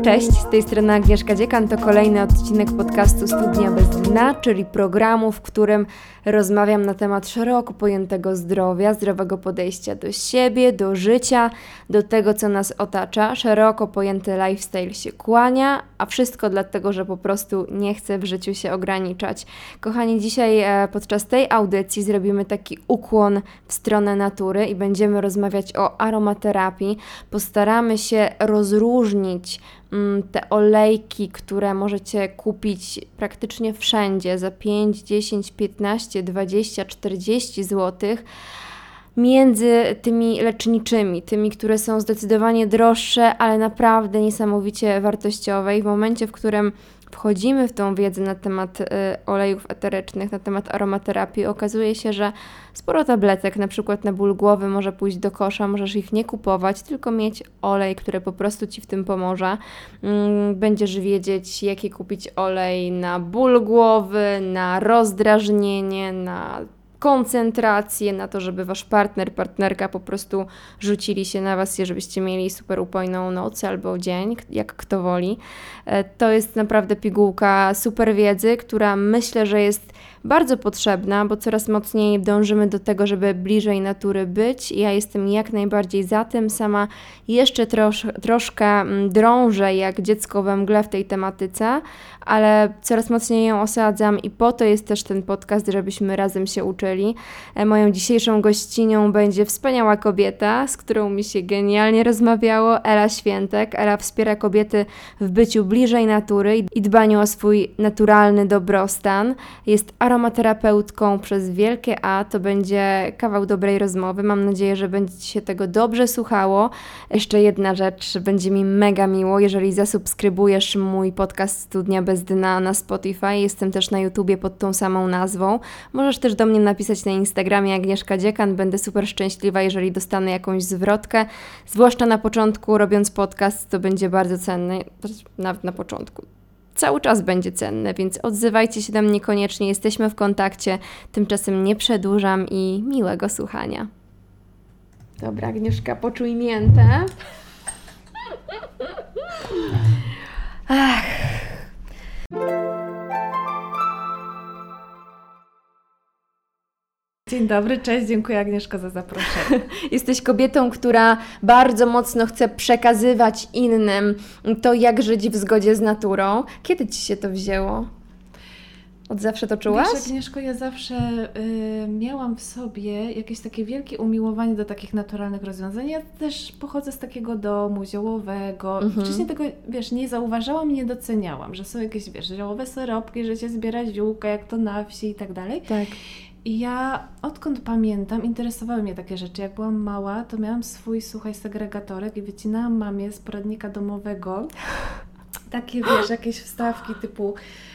Cześć, z tej strony Agnieszka Dziekan, to kolejny odcinek podcastu Studnia bez dna, czyli programu, w którym rozmawiam na temat szeroko pojętego zdrowia, zdrowego podejścia do siebie, do życia, do tego, co nas otacza. Szeroko pojęty lifestyle się kłania, a wszystko dlatego, że po prostu nie chcę w życiu się ograniczać. Kochani, dzisiaj podczas tej audycji zrobimy taki ukłon w stronę natury i będziemy rozmawiać o aromaterapii. Postaramy się rozróżnić te olejki, które możecie kupić praktycznie wszędzie za 5, 10, 15, 20, 40 zł, między tymi leczniczymi, tymi, które są zdecydowanie droższe, ale naprawdę niesamowicie wartościowe. I w momencie, w którym wchodzimy w tą wiedzę na temat olejów eterycznych, na temat aromaterapii, okazuje się, że sporo tabletek, na przykład na ból głowy, może pójść do kosza, możesz ich nie kupować, tylko mieć olej, który po prostu Ci w tym pomoże. Będziesz wiedzieć, jaki kupić olej na ból głowy, na rozdrażnienie, na koncentrację, na to, żeby Wasz partner, partnerka po prostu rzucili się na Was, żebyście mieli super upojną noc albo dzień, jak kto woli. To jest naprawdę pigułka super wiedzy, która myślę, że jest bardzo potrzebna, bo coraz mocniej dążymy do tego, żeby bliżej natury być. Ja jestem jak najbardziej za tym, sama jeszcze troszkę drążę jak dziecko we mgle w tej tematyce, ale coraz mocniej ją osadzam i po to jest też ten podcast, żebyśmy razem się uczyli. Moją dzisiejszą gościnią będzie wspaniała kobieta, z którą mi się genialnie rozmawiało, Ela Świętek. Ela wspiera kobiety w byciu bliżej natury i dbaniu o swój naturalny dobrostan. Jest aromaterapeutką przez wielkie A, to będzie kawał dobrej rozmowy. Mam nadzieję, że będzie Ci się tego dobrze słuchało. Jeszcze jedna rzecz, będzie mi mega miło, jeżeli zasubskrybujesz mój podcast Studnia bez dna na Spotify. Jestem też na YouTubie pod tą samą nazwą. Możesz też do mnie napisać na Instagramie Agnieszka Dziekan. Będę super szczęśliwa, jeżeli dostanę jakąś zwrotkę. Zwłaszcza na początku, robiąc podcast, to będzie bardzo cenne. Nawet na początku. Cały czas będzie cenne, więc odzywajcie się do mnie koniecznie, jesteśmy w kontakcie. Tymczasem nie przedłużam i miłego słuchania. Dobra, Agnieszka, poczuj miętę. Ach. Dzień dobry, cześć, dziękuję Agnieszko za zaproszenie. Jesteś kobietą, która bardzo mocno chce przekazywać innym to, jak żyć w zgodzie z naturą. Kiedy Ci się to wzięło? Od zawsze to czułaś? Wiesz, Agnieszko, ja zawsze miałam w sobie jakieś takie wielkie umiłowanie do takich naturalnych rozwiązań. Ja też pochodzę z takiego domu ziołowego. Wcześniej tego, wiesz, nie zauważałam i nie doceniałam, że są jakieś, wiesz, ziołowe syropki, że się zbiera ziółka, jak to na wsi i tak dalej. Tak. I ja, odkąd pamiętam, interesowały mnie takie rzeczy. Jak byłam mała, to miałam swój, segregatorek i wycinałam mamie z poradnika domowego takie, wiesz, jakieś wstawki typu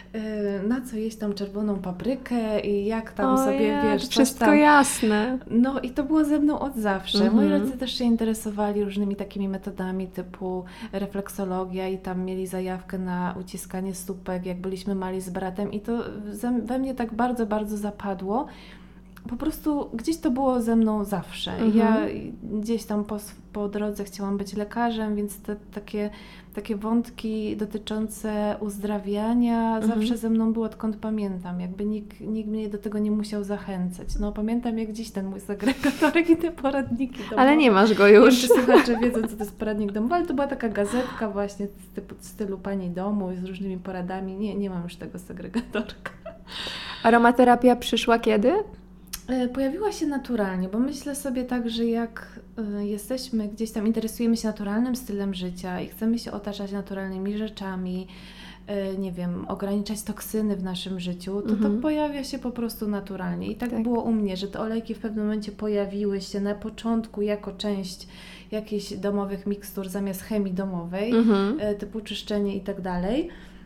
na co jeść tam czerwoną paprykę i jak tam sobie, wiesz, wszystko tam. jasne. No i to było ze mną od zawsze. Moi rodzice też się interesowali różnymi takimi metodami typu refleksologia i tam mieli zajawkę na uciskanie stópek, jak byliśmy mali z bratem i to we mnie tak bardzo, bardzo zapadło. Po prostu gdzieś to było ze mną zawsze. Ja gdzieś tam po drodze chciałam być lekarzem, więc te takie wątki dotyczące uzdrawiania zawsze ze mną było, odkąd pamiętam. Jakby nikt mnie do tego nie musiał zachęcać. No pamiętam jak dziś ten mój segregatorek i te poradniki domowe. Ale nie masz go już. Nie wiem, czy słuchacze wiedzą, co to jest poradnik domowy, ale to była taka gazetka właśnie w stylu pani domu z różnymi poradami. Nie mam już tego segregatorka. Aromaterapia przyszła kiedy? Pojawiła się naturalnie, bo myślę sobie tak, że jak jesteśmy gdzieś tam, interesujemy się naturalnym stylem życia i chcemy się otaczać naturalnymi rzeczami, nie wiem, ograniczać toksyny w naszym życiu, to pojawia się po prostu naturalnie. I tak było u mnie, że te olejki w pewnym momencie pojawiły się na początku jako część jakichś domowych mikstur zamiast chemii domowej, typu czyszczenie i tak dalej.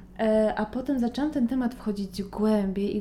A potem zaczęłam ten temat wchodzić głębiej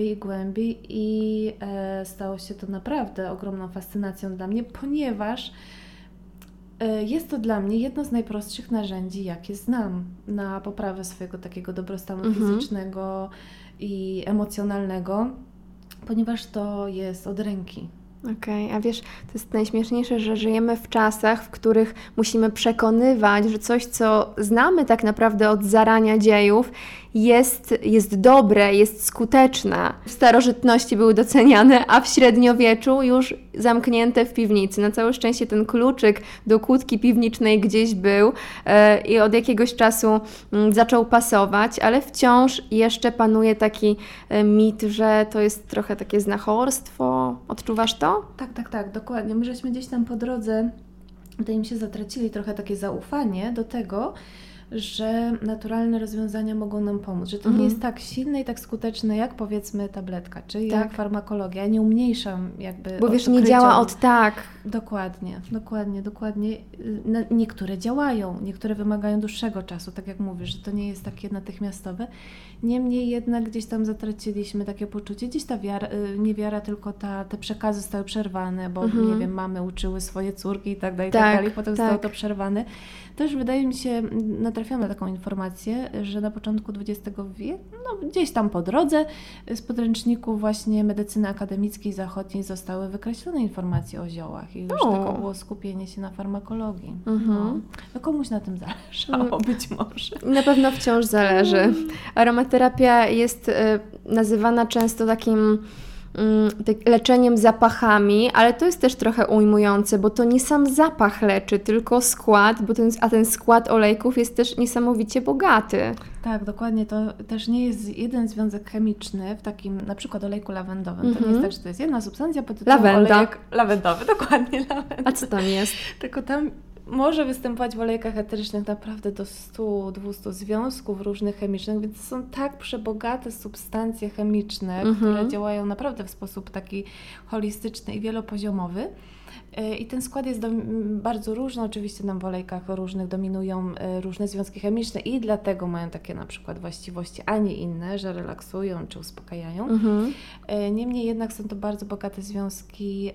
i stało się to naprawdę ogromną fascynacją dla mnie, ponieważ jest to dla mnie jedno z najprostszych narzędzi, jakie znam na poprawę swojego takiego dobrostanu fizycznego i emocjonalnego, ponieważ to jest od ręki. Okej, a wiesz, to jest najśmieszniejsze, że żyjemy w czasach, w których musimy przekonywać, że coś, co znamy tak naprawdę od zarania dziejów, jest dobre, jest skuteczne. W starożytności były doceniane, a w średniowieczu już zamknięte w piwnicy. Na całe szczęście ten kluczyk do kłódki piwniczej gdzieś był i od jakiegoś czasu zaczął pasować, ale wciąż jeszcze panuje taki mit, że to jest trochę takie znachorstwo. Odczuwasz to? Tak, dokładnie. My żeśmy gdzieś tam po drodze, wydaje mi się, zatracili trochę takie zaufanie do tego, że naturalne rozwiązania mogą nam pomóc, że to nie jest tak silne i tak skuteczne jak powiedzmy tabletka, czy jak farmakologia. Ja nie umniejszam jakby Bo wiesz, nie działa od tak. Dokładnie. Niektóre działają, niektóre wymagają dłuższego czasu, tak jak mówisz, że to nie jest takie natychmiastowe. Niemniej jednak gdzieś tam zatraciliśmy takie poczucie, gdzieś ta wiara, nie wiara, tylko te przekazy zostały przerwane, bo nie wiem, mamy uczyły swoje córki i tak dalej, potem zostało to przerwane. Też wydaje mi się, natrafiłam na taką informację, że na początku XX wieku, gdzieś tam po drodze z podręczników właśnie medycyny akademickiej zachodniej zostały wykreślone informacje o ziołach i już tylko było skupienie się na farmakologii. No komuś na tym zależało być może. Na pewno wciąż zależy. Aromaterapia jest nazywana często takim leczeniem zapachami, ale to jest też trochę ujmujące, bo to nie sam zapach leczy, tylko skład, a ten skład olejków jest też niesamowicie bogaty. Tak, dokładnie. To też nie jest jeden związek chemiczny w takim na przykład olejku lawendowym. To nie jest tak, że to jest jedna substancja pod tytułem olejek lawendowy. Dokładnie, lawenda. A co tam jest? Tylko tam może występować w olejkach eterycznych naprawdę do 100-200 związków różnych chemicznych, więc są tak przebogate substancje chemiczne, które działają naprawdę w sposób taki holistyczny i wielopoziomowy. I ten skład jest bardzo różny, oczywiście nam w olejkach różnych dominują różne związki chemiczne i dlatego mają takie na przykład właściwości, a nie inne, że relaksują czy uspokajają. Niemniej jednak są to bardzo bogate związki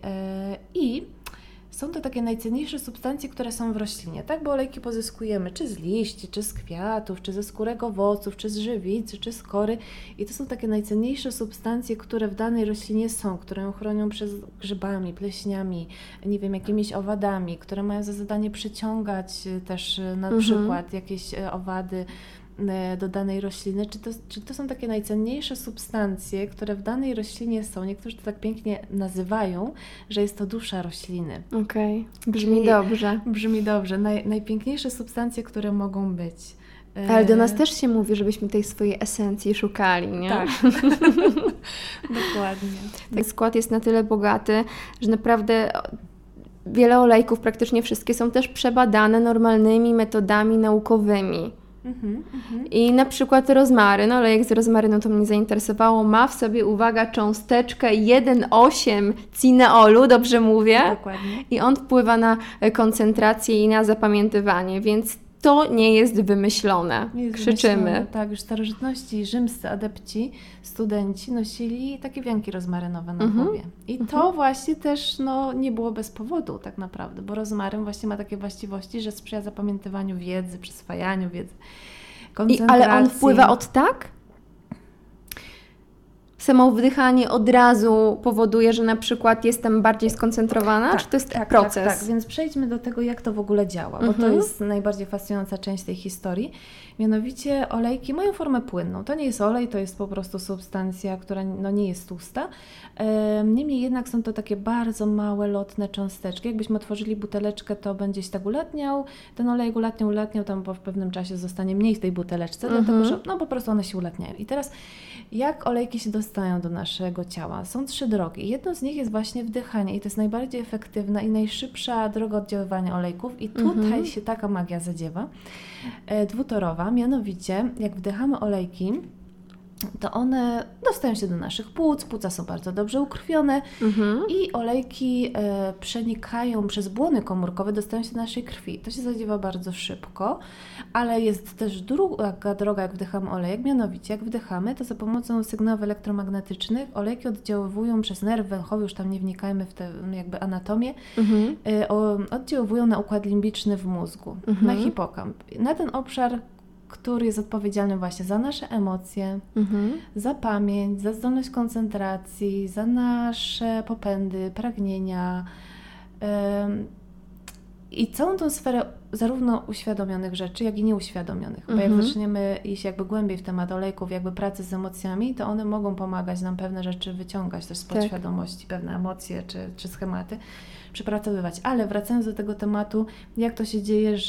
i są to takie najcenniejsze substancje, które są w roślinie, tak? Bo olejki pozyskujemy czy z liści, czy z kwiatów, czy ze skórek owoców, czy z żywicy, czy z kory. I to są takie najcenniejsze substancje, które w danej roślinie są, które ją chronią przed grzybami, pleśniami, nie wiem, jakimiś owadami, które mają za zadanie przyciągać też na przykład jakieś owady do danej rośliny, czy to są takie najcenniejsze substancje, które w danej roślinie są. Niektórzy to tak pięknie nazywają, że jest to dusza rośliny. Okej, brzmi dobrze. Brzmi dobrze. Najpiękniejsze substancje, które mogą być. Ale do nas też się mówi, żebyśmy tej swojej esencji szukali, nie? Tak. Dokładnie. Ten skład jest na tyle bogaty, że naprawdę wiele olejków, praktycznie wszystkie są też przebadane normalnymi metodami naukowymi. I na przykład rozmaryn, olejek z rozmarynu to mnie zainteresowało, ma w sobie, uwaga, cząsteczkę 1,8 cineolu, dobrze mówię? Dokładnie. I on wpływa na koncentrację i na zapamiętywanie, więc to nie jest wymyślone. Krzyczymy. Tak, już w starożytności rzymscy adepci, studenci nosili takie wianki rozmarynowe na głowie. I to właśnie też nie było bez powodu tak naprawdę, bo rozmaryn właśnie ma takie właściwości, że sprzyja zapamiętywaniu wiedzy, przyswajaniu wiedzy, koncentracji. Ale on wpływa od tak? Samo wdychanie od razu powoduje, że na przykład jestem bardziej skoncentrowana? Czy to jest proces? Tak, więc przejdźmy do tego, jak to w ogóle działa, bo to jest najbardziej fascynująca część tej historii. Mianowicie olejki mają formę płynną. To nie jest olej, to jest po prostu substancja, która nie jest tłusta. Niemniej jednak są to takie bardzo małe, lotne cząsteczki. Jakbyśmy otworzyli buteleczkę, to będzie się tak ulatniał. Ten olejek ulatniał, tam po w pewnym czasie zostanie mniej w tej buteleczce, dlatego że po prostu one się ulatniają. I teraz jak olejki się dostają do naszego ciała? Są 3 drogi. Jedną z nich jest właśnie wdychanie i to jest najbardziej efektywna i najszybsza droga oddziaływania olejków i tutaj się taka magia zadziewa, dwutorowa, mianowicie jak wdychamy olejki, to one dostają się do naszych płuc, płuca są bardzo dobrze ukrwione i olejki przenikają przez błony komórkowe, dostają się do naszej krwi. To się zadziewa bardzo szybko, ale jest też druga droga, jak wdychamy olejek, mianowicie jak wdychamy, to za pomocą sygnałów elektromagnetycznych olejki oddziaływują przez nerw węchowy, już tam nie wnikajmy w tę jakby anatomię, oddziaływują na układ limbiczny w mózgu, na hipokamp. Na ten obszar który jest odpowiedzialny właśnie za nasze emocje, za pamięć, za zdolność koncentracji, za nasze popędy, pragnienia i całą tą sferę zarówno uświadomionych rzeczy, jak i nieuświadomionych. Bo jak zaczniemy iść jakby głębiej w temat olejków, jakby pracy z emocjami, to one mogą pomagać nam pewne rzeczy wyciągać też z podświadomości, pewne emocje czy schematy, przepracowywać. Ale wracając do tego tematu, jak to się dzieje,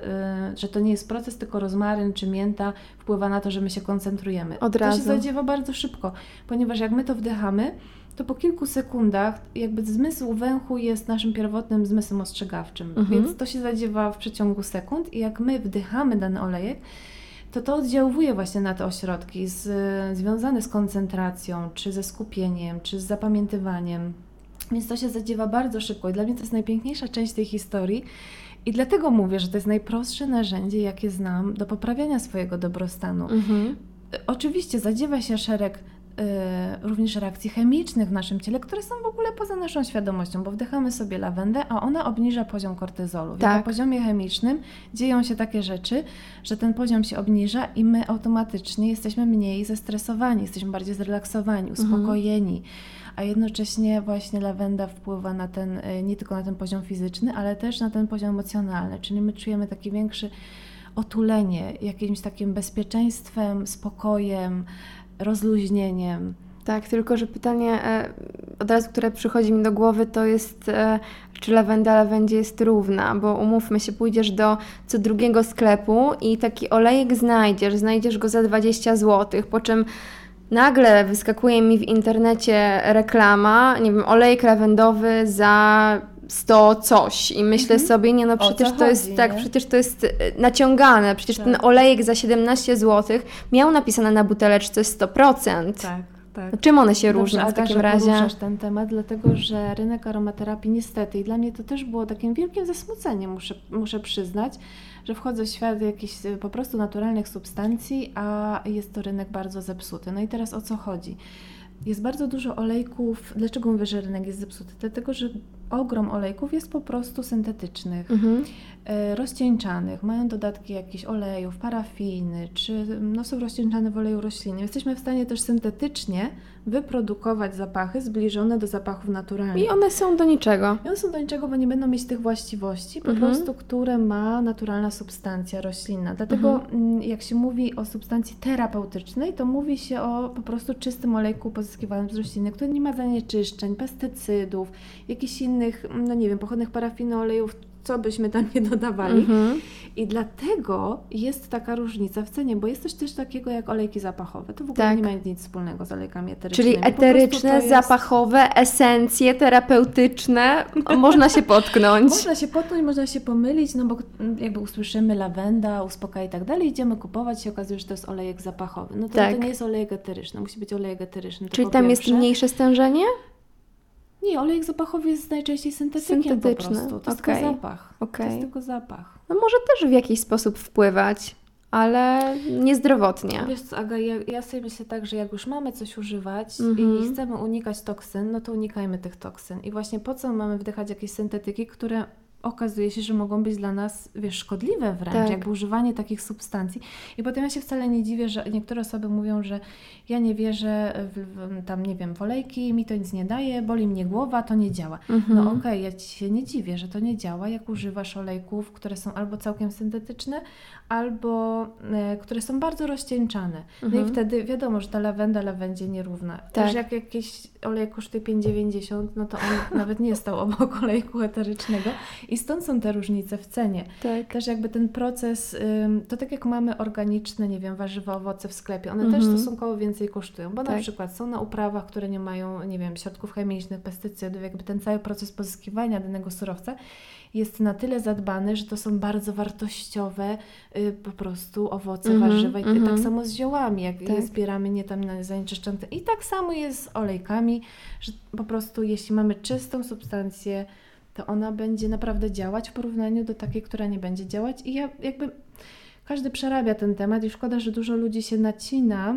że to nie jest proces, tylko rozmaryn czy mięta wpływa na to, że my się koncentrujemy. Od razu. To się zadziewa bardzo szybko, ponieważ jak my to wdychamy, to po kilku sekundach jakby zmysł węchu jest naszym pierwotnym zmysłem ostrzegawczym, więc to się zadziewa w przeciągu sekund i jak my wdychamy dany olejek, to oddziałuje właśnie na te ośrodki związane z koncentracją, czy ze skupieniem, czy z zapamiętywaniem. Więc to się zadziewa bardzo szybko i dla mnie to jest najpiękniejsza część tej historii i dlatego mówię, że to jest najprostsze narzędzie, jakie znam do poprawiania swojego dobrostanu. Oczywiście zadziewa się szereg również reakcji chemicznych w naszym ciele, które są w ogóle poza naszą świadomością, bo wdychamy sobie lawendę, a ona obniża poziom kortyzolu. Więc na poziomie chemicznym dzieją się takie rzeczy, że ten poziom się obniża i my automatycznie jesteśmy mniej zestresowani, jesteśmy bardziej zrelaksowani, uspokojeni, a jednocześnie właśnie lawenda wpływa na ten, nie tylko na ten poziom fizyczny, ale też na ten poziom emocjonalny, czyli my czujemy takie większe otulenie, jakimś takim bezpieczeństwem, spokojem, rozluźnieniem. Tak, tylko że pytanie od razu, które przychodzi mi do głowy, to jest, czy lawenda lawendzie jest równa, bo umówmy się, pójdziesz do co drugiego sklepu i taki olejek znajdziesz go za 20 zł, po czym nagle wyskakuje mi w internecie reklama, nie wiem, olejek lawendowy za 100 coś i myślę sobie, nie no przecież to jest tak, przecież to jest naciągane, przecież ten olejek za 17 zł miał napisane na buteleczce 100%. Tak. No, czym one się różnią w takim razie? Poruszasz ten temat, dlatego że rynek aromaterapii niestety i dla mnie to też było takim wielkim zasmuceniem, muszę przyznać, że wchodzę w świat jakichś po prostu naturalnych substancji, a jest to rynek bardzo zepsuty. No i teraz o co chodzi? Jest bardzo dużo olejków. Dlaczego mówię, że rynek jest zepsuty? Dlatego, że ogrom olejków jest po prostu syntetycznych, rozcieńczanych, mają dodatki jakichś olejów, parafiny, czy są rozcieńczane w oleju roślinnym. Jesteśmy w stanie też syntetycznie wyprodukować zapachy zbliżone do zapachów naturalnych. I one są do niczego. Bo nie będą mieć tych właściwości, po prostu, które ma naturalna substancja roślinna. Dlatego jak się mówi o substancji terapeutycznej, to mówi się o po prostu czystym olejku pozyskiwanym z rośliny, który nie ma zanieczyszczeń, pestycydów, jakichś innych, pochodnych parafiny, olejów, co byśmy tam nie dodawali. I dlatego jest taka różnica w cenie, bo jest coś też takiego jak olejki zapachowe. To w ogóle nie ma nic wspólnego z olejkami eterycznymi. Czyli eteryczne, zapachowe, esencje terapeutyczne, można się potknąć. Można się pomylić, bo jakby usłyszymy lawenda, uspokaja i tak dalej, idziemy kupować, się okazuje, że to jest olejek zapachowy. No to nie jest olejek eteryczny, musi być olejek eteryczny. Czyli tam jest mniejsze stężenie? Nie, olejek zapachowy jest najczęściej syntetyczny po prostu. To jest tylko zapach. To jest tylko zapach. No może też w jakiś sposób wpływać, ale niezdrowotnie. Wiesz co, Aga, ja sobie myślę tak, że jak już mamy coś używać i chcemy unikać toksyn, no to unikajmy tych toksyn. I właśnie po co mamy wdychać jakieś syntetyki, które okazuje się, że mogą być dla nas, szkodliwe wręcz, jakby używanie takich substancji. I potem ja się wcale nie dziwię, że niektóre osoby mówią, że ja nie wierzę w olejki, mi to nic nie daje, boli mnie głowa, to nie działa. No okej, ja Ci się nie dziwię, że to nie działa, jak używasz olejków, które są albo całkiem syntetyczne, albo które są bardzo rozcieńczane. No i wtedy wiadomo, że ta lawenda lawendzie nierówna. Też jak jakiś olej kosztuje 5,90, no to on nawet nie stał obok olejku eterycznego. I stąd są te różnice w cenie. Też jakby ten proces, to tak jak mamy organiczne, warzywa, owoce w sklepie, one też stosunkowo więcej kosztują, bo na przykład są na uprawach, które nie mają, środków chemicznych, pestycydów, jakby ten cały proces pozyskiwania danego surowca jest na tyle zadbany, że to są bardzo wartościowe po prostu owoce, warzywa i tak samo z ziołami, jak je zbieramy nie tam na zanieczyszczone. I tak samo jest z olejkami, że po prostu jeśli mamy czystą substancję, to ona będzie naprawdę działać w porównaniu do takiej, która nie będzie działać. I każdy przerabia ten temat i szkoda, że dużo ludzi się nacina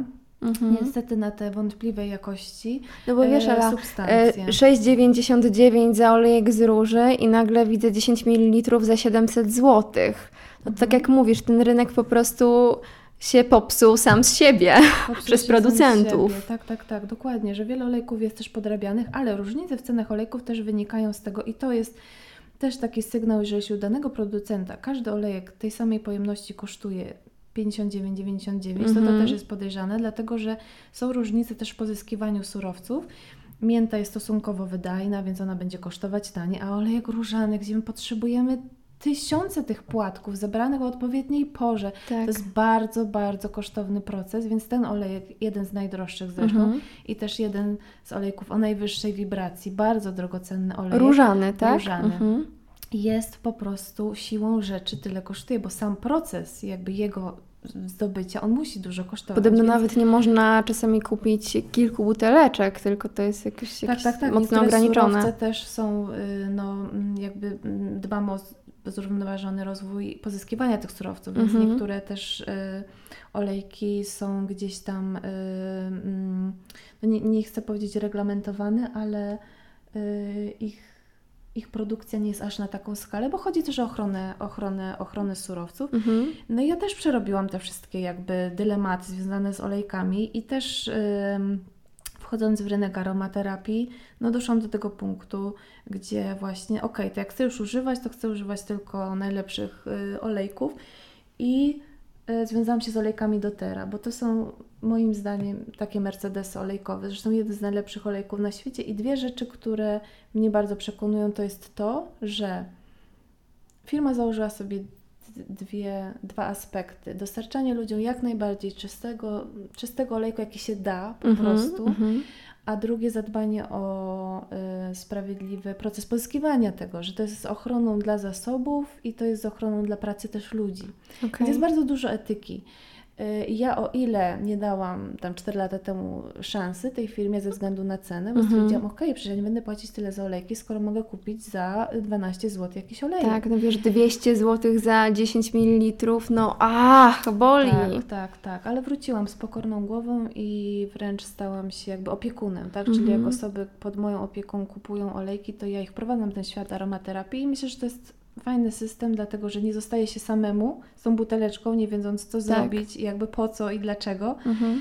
niestety na te wątpliwej jakości No bo wiesz, Ela, substancje. 6,99 za olejek z róży i nagle widzę 10 ml za 700 zł. No tak jak mówisz, ten rynek po prostu się popsuł sam z siebie przez producentów. Tak, dokładnie, że wiele olejków jest też podrabianych, ale różnice w cenach olejków też wynikają z tego i to jest też taki sygnał, że jeśli u danego producenta każdy olejek tej samej pojemności kosztuje 59,99, to też jest podejrzane, dlatego że są różnice też w pozyskiwaniu surowców. Mięta jest stosunkowo wydajna, więc ona będzie kosztować taniej, a olejek różany, gdzie my potrzebujemy tysiące tych płatków zebranych o odpowiedniej porze. Tak. To jest bardzo, bardzo kosztowny proces, więc ten olejek, jeden z najdroższych zresztą i też jeden z olejków o najwyższej wibracji, bardzo drogocenny olejek. Różany, tak? Różany. Jest po prostu siłą rzeczy tyle kosztuje, bo sam proces jakby jego zdobycia, on musi dużo kosztować. Podobno nawet nie można czasami kupić kilku buteleczek, tylko to jest jakieś mocno niektóre ograniczone. surowce też są, jakby dbamy o zrównoważony rozwój pozyskiwania tych surowców, więc niektóre też olejki są gdzieś tam, nie chcę powiedzieć reglamentowane, ale ich produkcja nie jest aż na taką skalę, bo chodzi też o ochronę surowców. No i ja też przerobiłam te wszystkie jakby dylematy związane z olejkami i też wchodząc w rynek aromaterapii, no doszłam do tego punktu, gdzie właśnie to jak chcę już używać, to chcę używać tylko najlepszych olejków i związałam się z olejkami doTERRA, bo to są moim zdaniem takie Mercedesy olejkowe, zresztą jeden z najlepszych olejków na świecie i dwie rzeczy, które mnie bardzo przekonują, to jest to, że firma założyła sobie dwa aspekty. Dostarczanie ludziom jak najbardziej czystego olejku, jaki się da po prostu, a drugie zadbanie o sprawiedliwy proces pozyskiwania tego, że to jest ochroną dla zasobów i to jest ochroną dla pracy też ludzi. Więc jest bardzo dużo etyki. Ja o ile nie dałam tam 4 lata temu szansy tej firmie ze względu na cenę, bo stwierdziłam, przecież ja nie będę płacić tyle za olejki, skoro mogę kupić za 12 zł jakiś olejek. Tak, no wiesz, 200 zł za 10 ml, boli. Tak, ale wróciłam z pokorną głową i wręcz stałam się jakby opiekunem, tak? Czyli jak osoby pod moją opieką kupują olejki, to ja ich prowadzę w ten świat aromaterapii i myślę, że to jest fajny system, dlatego że nie zostaje się samemu z tą buteleczką, nie wiedząc co zrobić i jakby po co i dlaczego.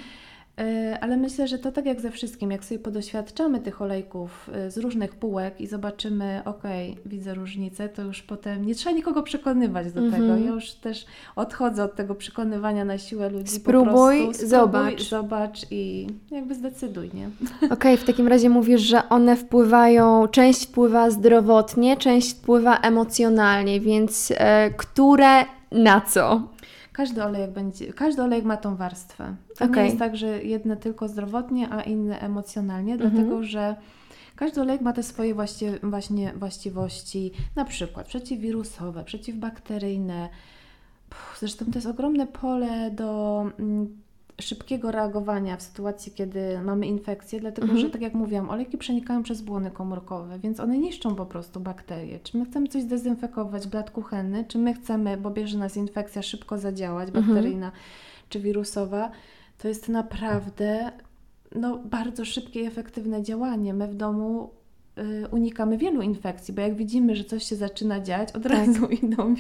Ale myślę, że to tak jak ze wszystkim, jak sobie podoświadczamy tych olejków z różnych półek i zobaczymy, widzę różnicę, to już potem nie trzeba nikogo przekonywać do tego. Ja już też odchodzę od tego przekonywania na siłę ludzi. Spróbuj, zobacz i jakby zdecyduj, nie? W takim razie mówisz, że one wpływają, część wpływa zdrowotnie, część wpływa emocjonalnie, więc które na co? Każdy olejek ma tą warstwę. To nie jest tak, że jedne tylko zdrowotnie, a inne emocjonalnie, dlatego że każdy olejek ma te swoje właśnie właściwości, na przykład przeciwwirusowe, przeciwbakteryjne. Zresztą to jest ogromne pole do szybkiego reagowania w sytuacji, kiedy mamy infekcję, dlatego że, tak jak mówiłam, olejki przenikają przez błony komórkowe, więc one niszczą po prostu bakterie. Czy my chcemy coś zdezynfekować, blat kuchenny, czy my chcemy, bo bierze nas infekcja, szybko zadziałać, bakteryjna czy wirusowa, to jest naprawdę bardzo szybkie i efektywne działanie. My w domu unikamy wielu infekcji, bo jak widzimy, że coś się zaczyna dziać, od razu idą,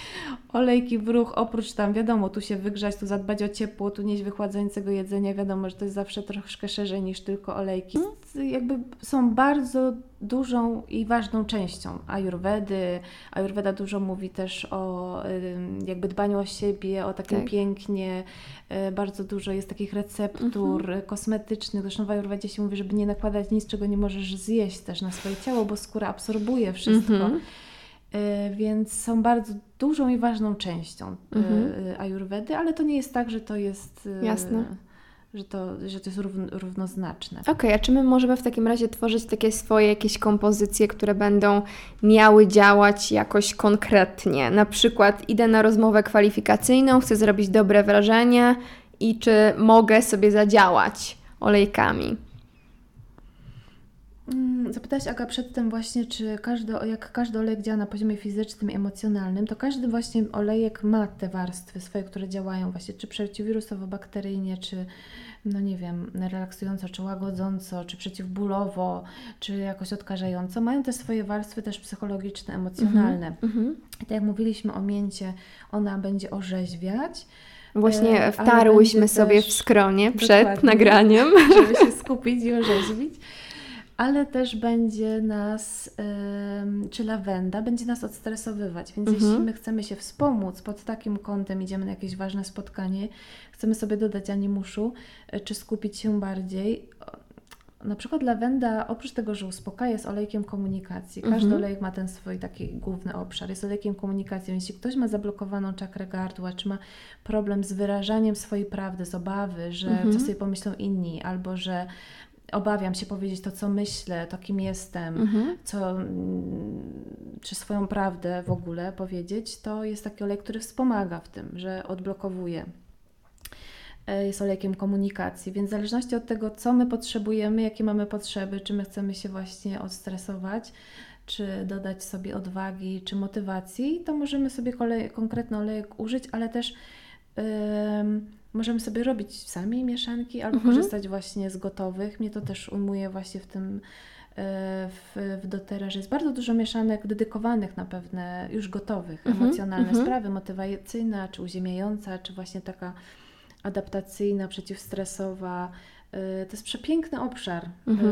olejki w ruch, oprócz tam, wiadomo, tu się wygrzać, tu zadbać o ciepło, tu nieść wychładzającego jedzenia, wiadomo, że to jest zawsze troszkę szerzej niż tylko olejki. Jakby są bardzo dużą i ważną częścią ajurwedy. Ajurweda dużo mówi też o jakby dbaniu o siebie, o takim pięknie. Bardzo dużo jest takich receptur kosmetycznych. Zresztą w ajurwedzie się mówi, żeby nie nakładać nic, czego nie możesz zjeść też na swoje ciało, bo skóra absorbuje wszystko. Więc są bardzo dużą i ważną częścią ajurwedy, ale to nie jest tak, że to jest... Jasne. Że to jest równoznaczne. A czy my możemy w takim razie tworzyć takie swoje jakieś kompozycje, które będą miały działać jakoś konkretnie? Na przykład idę na rozmowę kwalifikacyjną, chcę zrobić dobre wrażenie i czy mogę sobie zadziałać olejkami? Zapytałaś, Aga, przedtem właśnie, czy jak każdy olejek działa na poziomie fizycznym i emocjonalnym, to każdy właśnie olejek ma te warstwy swoje, które działają właśnie, czy przeciwwirusowo-bakteryjnie, czy no nie wiem, relaksująco, czy łagodząco, czy przeciwbólowo, czy jakoś odkażająco. Mają te swoje warstwy też psychologiczne, emocjonalne. I tak jak mówiliśmy o mięcie, ona będzie orzeźwiać. Właśnie wtarłyśmy sobie w skronie przed nagraniem. Żeby się skupić i orzeźwić. Ale też będzie nas, czy lawenda, będzie nas odstresowywać. Więc jeśli my chcemy się wspomóc pod takim kątem, idziemy na jakieś ważne spotkanie, chcemy sobie dodać animuszu, czy skupić się bardziej. Na przykład lawenda, oprócz tego, że uspokaja, jest olejkiem komunikacji. Każdy olejek ma ten swój taki główny obszar. Jest olejkiem komunikacji. Więc jeśli ktoś ma zablokowaną czakrę gardła, czy ma problem z wyrażaniem swojej prawdy, z obawy, że co sobie pomyślą inni, albo że obawiam się powiedzieć to, co myślę, to kim jestem, czy swoją prawdę w ogóle powiedzieć, to jest taki olej, który wspomaga w tym, że odblokowuje. Jest olejkiem komunikacji, więc w zależności od tego, co my potrzebujemy, jakie mamy potrzeby, czy my chcemy się właśnie odstresować, czy dodać sobie odwagi, czy motywacji, to możemy sobie konkretny olejek użyć, ale też możemy sobie robić sami mieszanki albo korzystać właśnie z gotowych. Mnie to też ujmuje właśnie w tym w doTERRA, że jest bardzo dużo mieszanek dedykowanych na pewne już gotowych, emocjonalne sprawy, motywacyjna, czy uziemiająca, czy właśnie taka adaptacyjna, przeciwstresowa. To jest przepiękny obszar.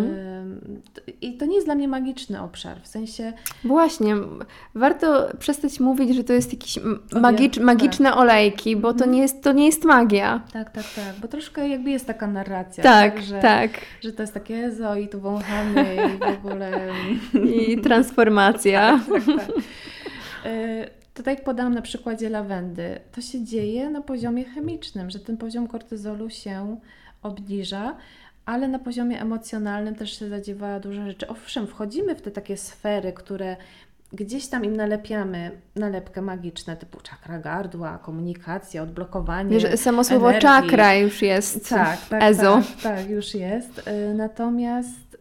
I to nie jest dla mnie magiczny obszar, w sensie... Właśnie, warto przestać mówić, że to jest jakieś magiczne olejki, bo to nie jest magia. Tak, bo troszkę jakby jest taka narracja. Tak. Że to jest takie ezo i tu wąchamy i w ogóle... I transformacja. Tak. To tak jak podałam na przykładzie lawendy, to się dzieje na poziomie chemicznym, że ten poziom kortyzolu się obniża, ale na poziomie emocjonalnym też się zadziewa dużo rzeczy. Owszem, wchodzimy w te takie sfery, które gdzieś tam im nalepiamy nalepkę magiczne, typu czakra gardła, komunikacja, odblokowanie. Wiesz, samo słowo energii. Czakra już jest ezo. Tak, już jest. Natomiast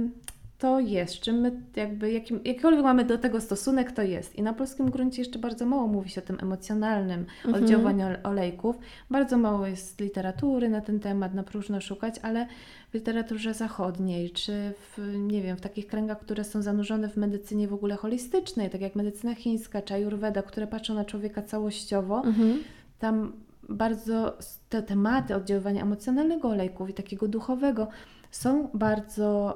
to jest, czym my jakikolwiek mamy do tego stosunek, to jest. I na polskim gruncie jeszcze bardzo mało mówi się o tym emocjonalnym oddziaływaniu olejków. Bardzo mało jest literatury na ten temat, na próżno szukać, ale w literaturze zachodniej, czy w takich kręgach, które są zanurzone w medycynie w ogóle holistycznej, tak jak medycyna chińska, czy ajurweda, które patrzą na człowieka całościowo, tam bardzo te tematy oddziaływania emocjonalnego olejków i takiego duchowego są bardzo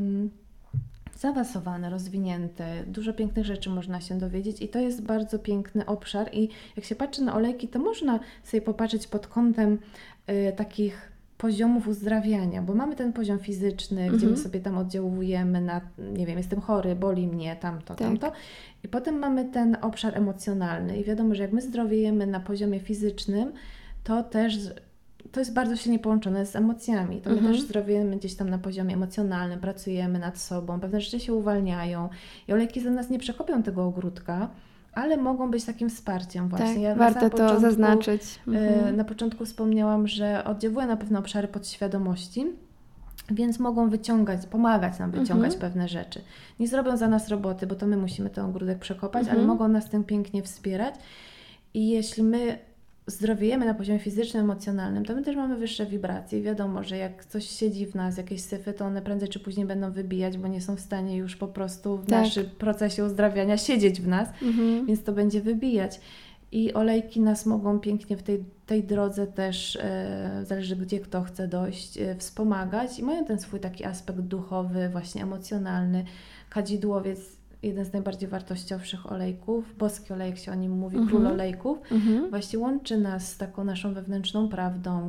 zaawansowane, rozwinięte. Dużo pięknych rzeczy można się dowiedzieć i to jest bardzo piękny obszar i jak się patrzy na olejki, to można sobie popatrzeć pod kątem takich poziomów uzdrawiania, bo mamy ten poziom fizyczny, gdzie my sobie tam oddziałujemy na, nie wiem, jestem chory, boli mnie, tamto. I potem mamy ten obszar emocjonalny i wiadomo, że jak my zdrowiejemy na poziomie fizycznym, to jest bardzo silnie połączone z emocjami. To my też zdrowiejemy gdzieś tam na poziomie emocjonalnym, pracujemy nad sobą, pewne rzeczy się uwalniają i olejki za nas nie przekopią tego ogródka, ale mogą być takim wsparciem właśnie. Tak, ja warto to zaznaczyć. Na początku wspomniałam, że oddziałują na pewne obszary podświadomości, więc mogą pomagać nam wyciągać pewne rzeczy. Nie zrobią za nas roboty, bo to my musimy ten ogródek przekopać, ale mogą nas tym pięknie wspierać. I jeśli my zdrowiejemy na poziomie fizycznym, emocjonalnym, to my też mamy wyższe wibracje. Wiadomo, że jak coś siedzi w nas, jakieś syfy, to one prędzej czy później będą wybijać, bo nie są w stanie już po prostu w naszym procesie uzdrawiania siedzieć w nas, więc to będzie wybijać. I olejki nas mogą pięknie w tej drodze też, zależy gdzie kto chce dojść, wspomagać i mają ten swój taki aspekt duchowy, właśnie emocjonalny. Kadzidłowiec, jeden z najbardziej wartościowszych olejków, boski olejek się o nim mówi, król olejków, właśnie łączy nas z taką naszą wewnętrzną prawdą,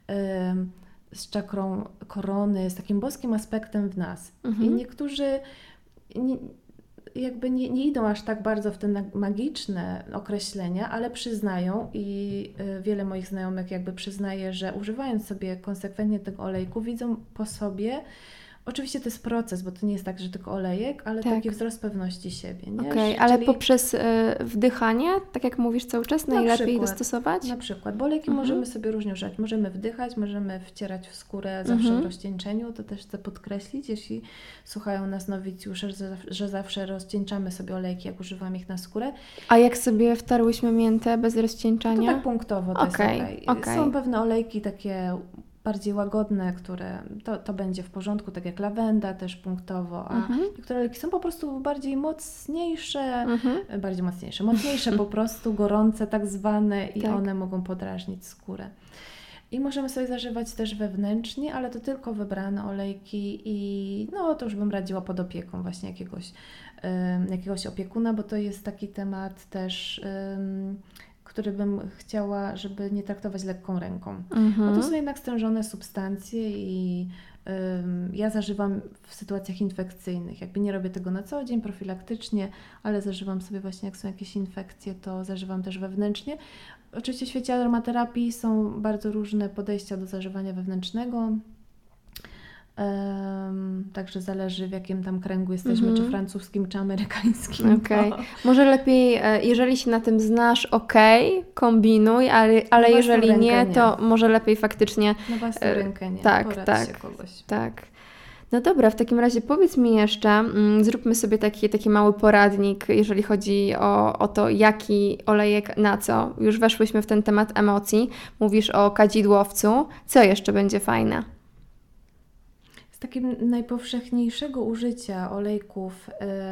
z czakrą korony, z takim boskim aspektem w nas. I niektórzy nie idą aż tak bardzo w te magiczne określenia, ale przyznają i wiele moich znajomych przyznaje, że używając sobie konsekwentnie tego olejku, widzą po sobie Oczywiście to jest proces, bo to nie jest tak, że tylko olejek, ale Tak. taki wzrost pewności siebie. Nie? Okej, ale Czyli poprzez wdychanie, tak jak mówisz cały czas, najlepiej przykład. dostosować? Na przykład, bo olejki możemy sobie różnie używać. Możemy wdychać, możemy wcierać w skórę zawsze w rozcieńczeniu. To też chcę podkreślić, jeśli słuchają nas nowicjusze, że zawsze rozcieńczamy sobie olejki, jak używam ich na skórę. A jak sobie wtarłyśmy miętę bez rozcieńczania? To tak punktowo to jest okej. Są pewne olejki takie bardziej łagodne, które to będzie w porządku, tak jak lawenda też punktowo, a niektóre olejki są po prostu bardziej mocniejsze, mocniejsze po prostu, gorące tak zwane i one mogą podrażnić skórę. I możemy sobie zażywać też wewnętrznie, ale to tylko wybrane olejki i to już bym radziła pod opieką właśnie jakiegoś opiekuna, bo to jest taki temat też, który bym chciała, żeby nie traktować lekką ręką. Bo to są jednak stężone substancje i ja zażywam w sytuacjach infekcyjnych. Jakby nie robię tego na co dzień, profilaktycznie, ale zażywam sobie właśnie, jak są jakieś infekcje, to zażywam też wewnętrznie. Oczywiście w świecie aromaterapii są bardzo różne podejścia do zażywania wewnętrznego. Także zależy, w jakim tam kręgu jesteśmy, czy francuskim, czy amerykańskim. Okej. Może lepiej, jeżeli się na tym znasz, kombinuj, ale jeżeli nie, to może lepiej faktycznie... Na własną rękę nie, poradź się kogoś. Tak. No dobra, w takim razie powiedz mi jeszcze, zróbmy sobie taki mały poradnik, jeżeli chodzi o to, jaki olejek na co. Już weszłyśmy w ten temat emocji, mówisz o kadzidłowcu. Co jeszcze będzie fajne? Z takiego najpowszechniejszego użycia olejków,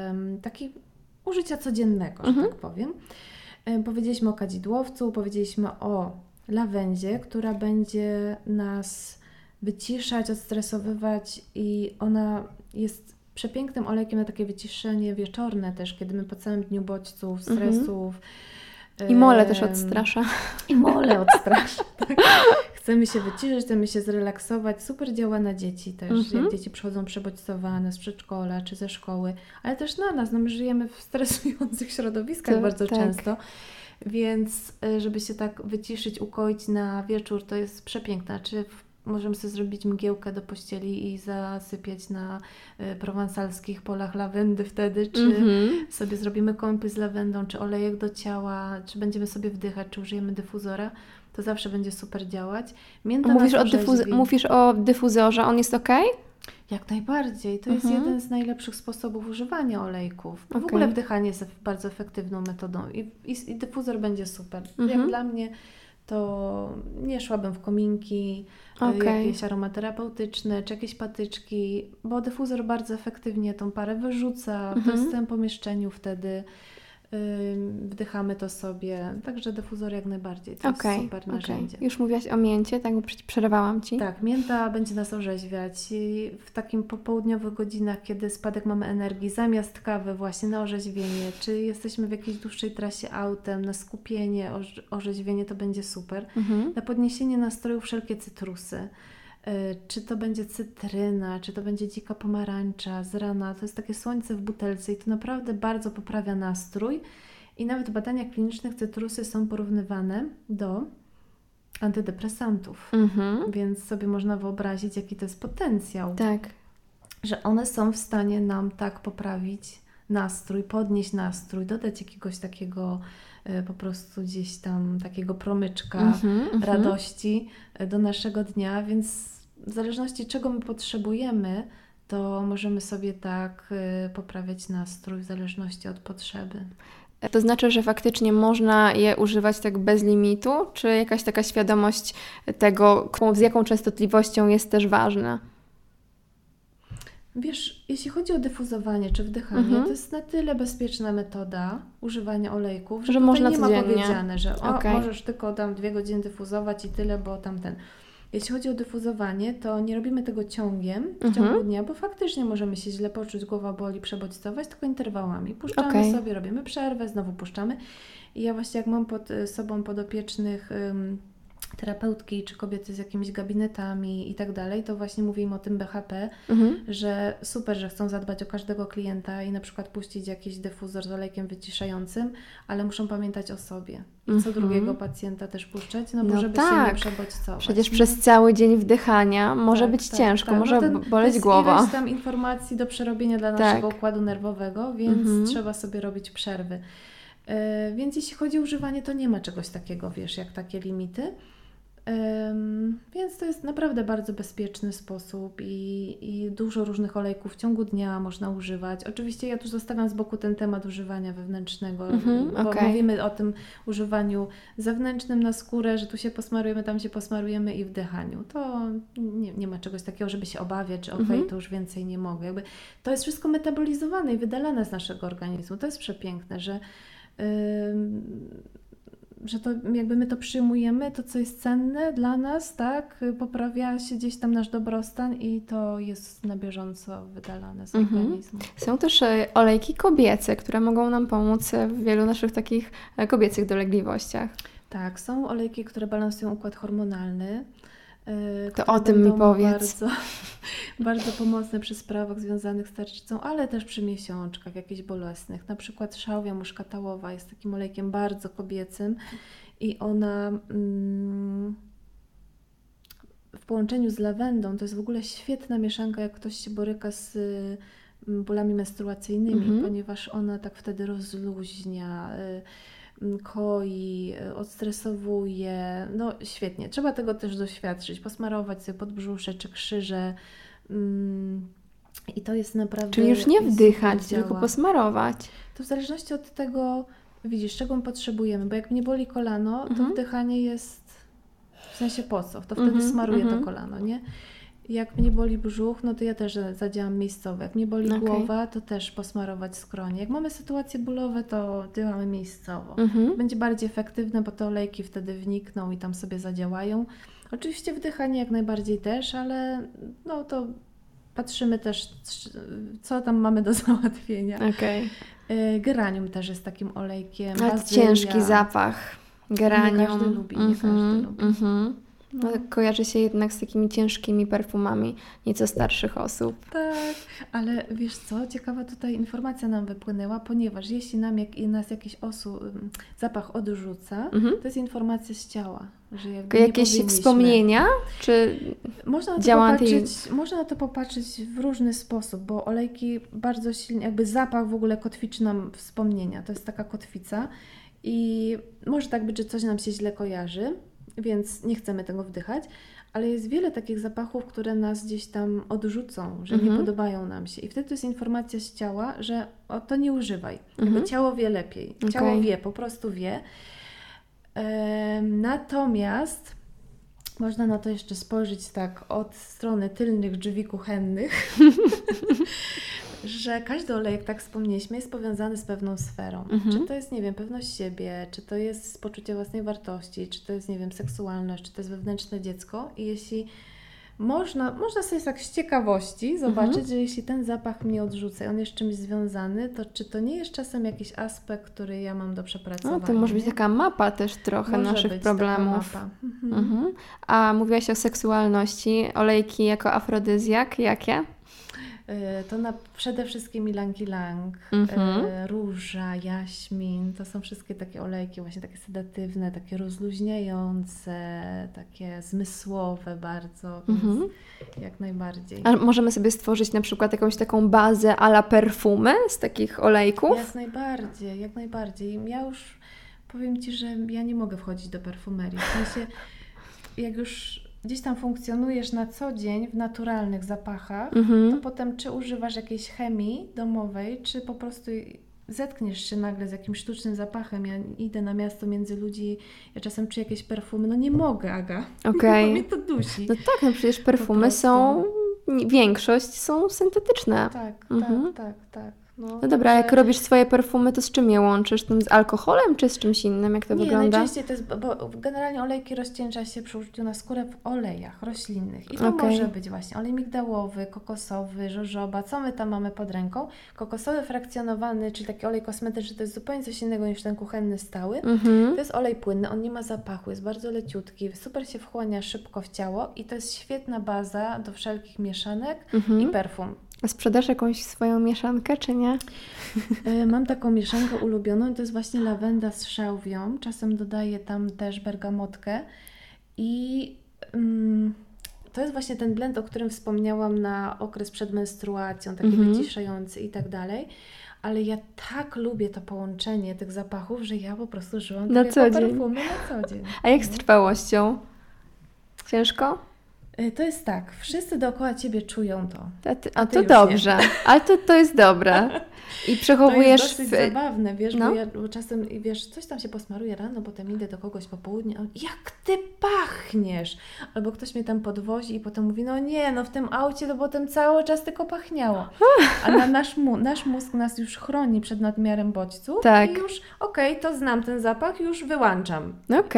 użycia codziennego, że tak powiem. Powiedzieliśmy o kadzidłowcu, powiedzieliśmy o lawendzie, która będzie nas wyciszać, odstresowywać i ona jest przepięknym olejkiem na takie wyciszenie wieczorne też, kiedy my po całym dniu bodźców, stresów. I mole też odstrasza. I mole odstrasza, tak. Chcemy się wyciszyć, chcemy się zrelaksować. Super działa na dzieci też, jak dzieci przychodzą przebodźcowane z przedszkola czy ze szkoły, ale też na nas. My żyjemy w stresujących środowiskach bardzo często, więc żeby się tak wyciszyć, ukoić na wieczór, to jest przepiękne. Możemy sobie zrobić mgiełkę do pościeli i zasypiać na prowansalskich polach lawendy wtedy, czy sobie zrobimy kąpiel z lawendą, czy olejek do ciała, czy będziemy sobie wdychać, czy użyjemy dyfuzora, to zawsze będzie super działać. Mięta Mówisz o dyfuzorze, on jest okej? Jak najbardziej. To jest jeden z najlepszych sposobów używania olejków. W ogóle wdychanie jest bardzo efektywną metodą i dyfuzor będzie super. Jak dla mnie to nie szłabym w kominki jakieś aromaterapeutyczne, czy jakieś patyczki, bo dyfuzor bardzo efektywnie tą parę wyrzuca w tym pomieszczeniu wtedy. Wdychamy to sobie, także dyfuzor jak najbardziej, to jest super narzędzie. Już mówiłaś o mięcie, tak, bo przerwałam Ci. Tak, mięta będzie nas orzeźwiać i w takim popołudniowych godzinach, kiedy spadek mamy energii, zamiast kawy właśnie na orzeźwienie, czy jesteśmy w jakiejś dłuższej trasie autem, na skupienie, orzeźwienie, to będzie super. Na podniesienie nastroju wszelkie cytrusy. Czy to będzie cytryna, czy to będzie dzika pomarańcza z rana, to jest takie słońce w butelce i to naprawdę bardzo poprawia nastrój i nawet w badaniach klinicznych cytrusy są porównywane do antydepresantów, więc sobie można wyobrazić, jaki to jest potencjał, że one są w stanie nam tak poprawić nastrój, podnieść nastrój, dodać jakiegoś takiego po prostu gdzieś tam takiego promyczka radości do naszego dnia, więc w zależności czego my potrzebujemy, to możemy sobie tak poprawiać nastrój w zależności od potrzeby. To znaczy, że faktycznie można je używać tak bez limitu, czy jakaś taka świadomość tego, z jaką częstotliwością jest też ważna? Wiesz, jeśli chodzi o dyfuzowanie czy wdychanie, to jest na tyle bezpieczna metoda używania olejków, że można nie ma codziennie powiedziane, że możesz tylko tam 2 godziny dyfuzować i tyle, bo tamten. Jeśli chodzi o dyfuzowanie, to nie robimy tego ciągiem w ciągu dnia, bo faktycznie możemy się źle poczuć, głowa boli, przebodźcować, tylko interwałami. Puszczamy sobie, robimy przerwę, znowu puszczamy. I ja właśnie jak mam pod sobą podopiecznych terapeutki, czy kobiety z jakimiś gabinetami i tak dalej, to właśnie mówię im o tym BHP, że super, że chcą zadbać o każdego klienta i na przykład puścić jakiś dyfuzor z olejkiem wyciszającym, ale muszą pamiętać o sobie. I co drugiego pacjenta też puszczać, no bo żeby się nie przebodźcować. Przecież przez cały dzień wdychania może być ciężko, może boleć głowa. Jest tam informacji do przerobienia dla naszego układu nerwowego, więc trzeba sobie robić przerwy. Więc jeśli chodzi o używanie, to nie ma czegoś takiego, wiesz, jak takie limity. Więc to jest naprawdę bardzo bezpieczny sposób i dużo różnych olejków w ciągu dnia można używać. Oczywiście ja tu zostawiam z boku ten temat używania wewnętrznego, bo mówimy o tym używaniu zewnętrznym na skórę, że tu się posmarujemy, tam się posmarujemy i wdychaniu. To nie ma czegoś takiego, żeby się obawiać, czy to już więcej nie mogę. Jakby to jest wszystko metabolizowane i wydalane z naszego organizmu. To jest przepiękne, że to jakby my to przyjmujemy, to co jest cenne dla nas, tak, poprawia się gdzieś tam nasz dobrostan i to jest na bieżąco wydalane z organizmu. Są też olejki kobiece, które mogą nam pomóc w wielu naszych takich kobiecych dolegliwościach. Tak, są olejki, które balansują układ hormonalny. To o tym mi powiedz. Bardzo pomocne przy sprawach związanych z tarczycą, ale też przy miesiączkach jakichś bolesnych. Na przykład szałwia muszkatałowa jest takim olejkiem bardzo kobiecym i ona w połączeniu z lawendą to jest w ogóle świetna mieszanka, jak ktoś się boryka z bólami menstruacyjnymi, ponieważ ona tak wtedy rozluźnia, koi, odstresowuje, no świetnie. Trzeba tego też doświadczyć, posmarować sobie podbrzusze czy krzyże i to jest naprawdę... Czyli już nie wdychać, tylko posmarować. To w zależności od tego, widzisz, czego my potrzebujemy, bo jak mnie boli kolano, to wdychanie jest, w sensie po co? To wtedy smaruję to kolano, nie? Jak mnie boli brzuch, no to ja też zadziałam miejscowo. Jak mnie boli głowa, to też posmarować skronie. Jak mamy sytuacje bólowe, to działamy miejscowo. Będzie bardziej efektywne, bo te olejki wtedy wnikną i tam sobie zadziałają. Oczywiście wdychanie jak najbardziej też, ale no to patrzymy też, co tam mamy do załatwienia. Geranium też jest takim olejkiem. Ale ciężki zapach. Geranium. Nie każdy lubi, nie każdy lubi. No, kojarzy się jednak z takimi ciężkimi perfumami nieco starszych osób. Tak, ale wiesz co, ciekawa tutaj informacja nam wypłynęła, ponieważ jeśli nas jakiś zapach odrzuca, to jest informacja z ciała. Że jakieś wspomnienia? Czy można na to popatrzeć w różny sposób, bo olejki bardzo silnie, jakby zapach w ogóle kotwiczy nam wspomnienia. To jest taka kotwica i może tak być, że coś nam się źle kojarzy, więc nie chcemy tego wdychać, ale jest wiele takich zapachów, które nas gdzieś tam odrzucą, że nie podobają nam się. I wtedy to jest informacja z ciała, że to nie używaj. Jakby ciało wie lepiej. Ciało wie, po prostu wie. Natomiast można na to jeszcze spojrzeć tak od strony tylnych drzwi kuchennych, że każdy olejek, tak wspomnieliśmy, jest powiązany z pewną sferą. Czy to jest, nie wiem, pewność siebie, czy to jest poczucie własnej wartości, czy to jest, nie wiem, seksualność, czy to jest wewnętrzne dziecko. I jeśli można sobie tak z ciekawości zobaczyć, że jeśli ten zapach mnie odrzuca i on jest czymś związany, to czy to nie jest czasem jakiś aspekt, który ja mam do przepracowania? No to może być taka mapa też trochę naszych problemów. A mówiłaś o seksualności, olejki jako afrodyzjak, jakie? To przede wszystkim ylang-ylang, róża, jaśmin, to są wszystkie takie olejki właśnie takie sedatywne, takie rozluźniające, takie zmysłowe bardzo, więc jak najbardziej. A możemy sobie stworzyć na przykład jakąś taką bazę à la perfumy z takich olejków? Jak najbardziej. Ja już powiem Ci, że ja nie mogę wchodzić do perfumerii, w sensie jak już gdzieś tam funkcjonujesz na co dzień w naturalnych zapachach, to potem czy używasz jakiejś chemii domowej, czy po prostu zetkniesz się nagle z jakimś sztucznym zapachem. Ja idę na miasto między ludzi, ja czasem czuję jakieś perfumy, no nie mogę, Aga. Bo mnie to dusi. No tak, no przecież perfumy większość są syntetyczne. Tak. No dobra, a jak robisz swoje perfumy, to z czym je łączysz? Tym z alkoholem, czy z czymś innym? Jak to wygląda? Najczęściej to jest, bo generalnie olejki rozcieńcza się przy użyciu na skórę w olejach roślinnych. I to może być właśnie olej migdałowy, kokosowy, żożoba, co my tam mamy pod ręką. Kokosowy frakcjonowany, czyli taki olej kosmetyczny, to jest zupełnie coś innego niż ten kuchenny stały. To jest olej płynny, on nie ma zapachu, jest bardzo leciutki, super się wchłania szybko w ciało i to jest świetna baza do wszelkich mieszanek i perfum. A sprzedasz jakąś swoją mieszankę, czy nie? Mam taką mieszankę ulubioną, to jest właśnie lawenda z szałwią. Czasem dodaję tam też bergamotkę i to jest właśnie ten blend, o którym wspomniałam na okres przed menstruacją, taki wyciszający i tak dalej. Ale ja tak lubię to połączenie tych zapachów, że ja po prostu żyłam na co dzień. Perfumy na co dzień. A jak z trwałością? Ciężko? To jest tak, wszyscy dookoła Ciebie czują to. A to dobrze, ale to jest dobre. I przechowujesz... To jest dosyć zabawne, wiesz, bo czasem, wiesz, coś tam się posmaruje rano, potem idę do kogoś po południu, a on, jak Ty pachniesz! Albo ktoś mnie tam podwozi i potem mówi, no nie, no w tym aucie to potem cały czas tylko pachniało. A nasz mózg nas już chroni przed nadmiarem bodźców i już, to znam ten zapach, już wyłączam.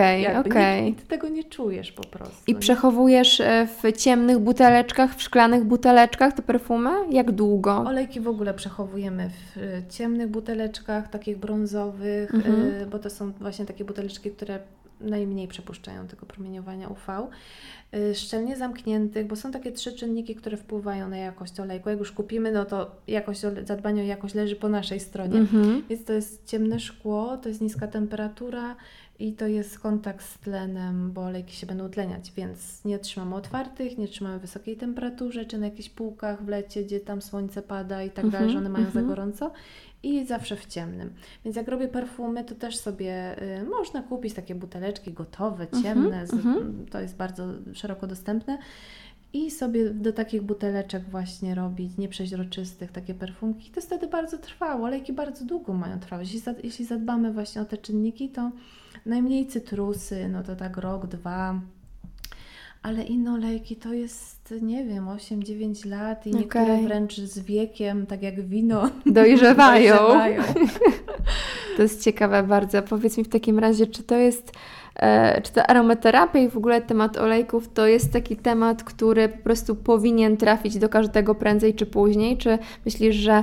Ty tego nie czujesz po prostu. I przechowujesz w ciemnych buteleczkach, w szklanych buteleczkach te perfumy? Jak długo? Olejki w ogóle przechowujemy w ciemnych buteleczkach, takich brązowych, bo to są właśnie takie buteleczki, które najmniej przepuszczają tego promieniowania UV. Szczelnie zamkniętych, bo są takie 3 czynniki, które wpływają na jakość olejku. Jak już kupimy, no to zadbanie o jakość leży po naszej stronie. Więc to jest ciemne szkło, to jest niska temperatura i to jest kontakt z tlenem, bo olejki się będą utleniać, więc nie trzymamy otwartych, nie trzymamy w wysokiej temperaturze, czy na jakichś półkach w lecie, gdzie tam słońce pada i tak dalej, że one mają za gorąco. I zawsze w ciemnym. Więc jak robię perfumy, to też sobie można kupić takie buteleczki gotowe, ciemne, to jest bardzo szeroko dostępne. I sobie do takich buteleczek właśnie robić, nieprzeźroczystych, takie perfumki. To jest wtedy bardzo trwało, olejki bardzo długo mają trwać. Jeśli zadbamy właśnie o te czynniki, to najmniej cytrusy, no to tak rok, 2. Ale inne olejki to jest, nie wiem, 8-9 lat i niektóre wręcz z wiekiem, tak jak wino, dojrzewają. To jest ciekawe bardzo. Powiedz mi w takim razie, czy ta aromaterapia i w ogóle temat olejków to jest taki temat, który po prostu powinien trafić do każdego prędzej czy później? Czy myślisz, że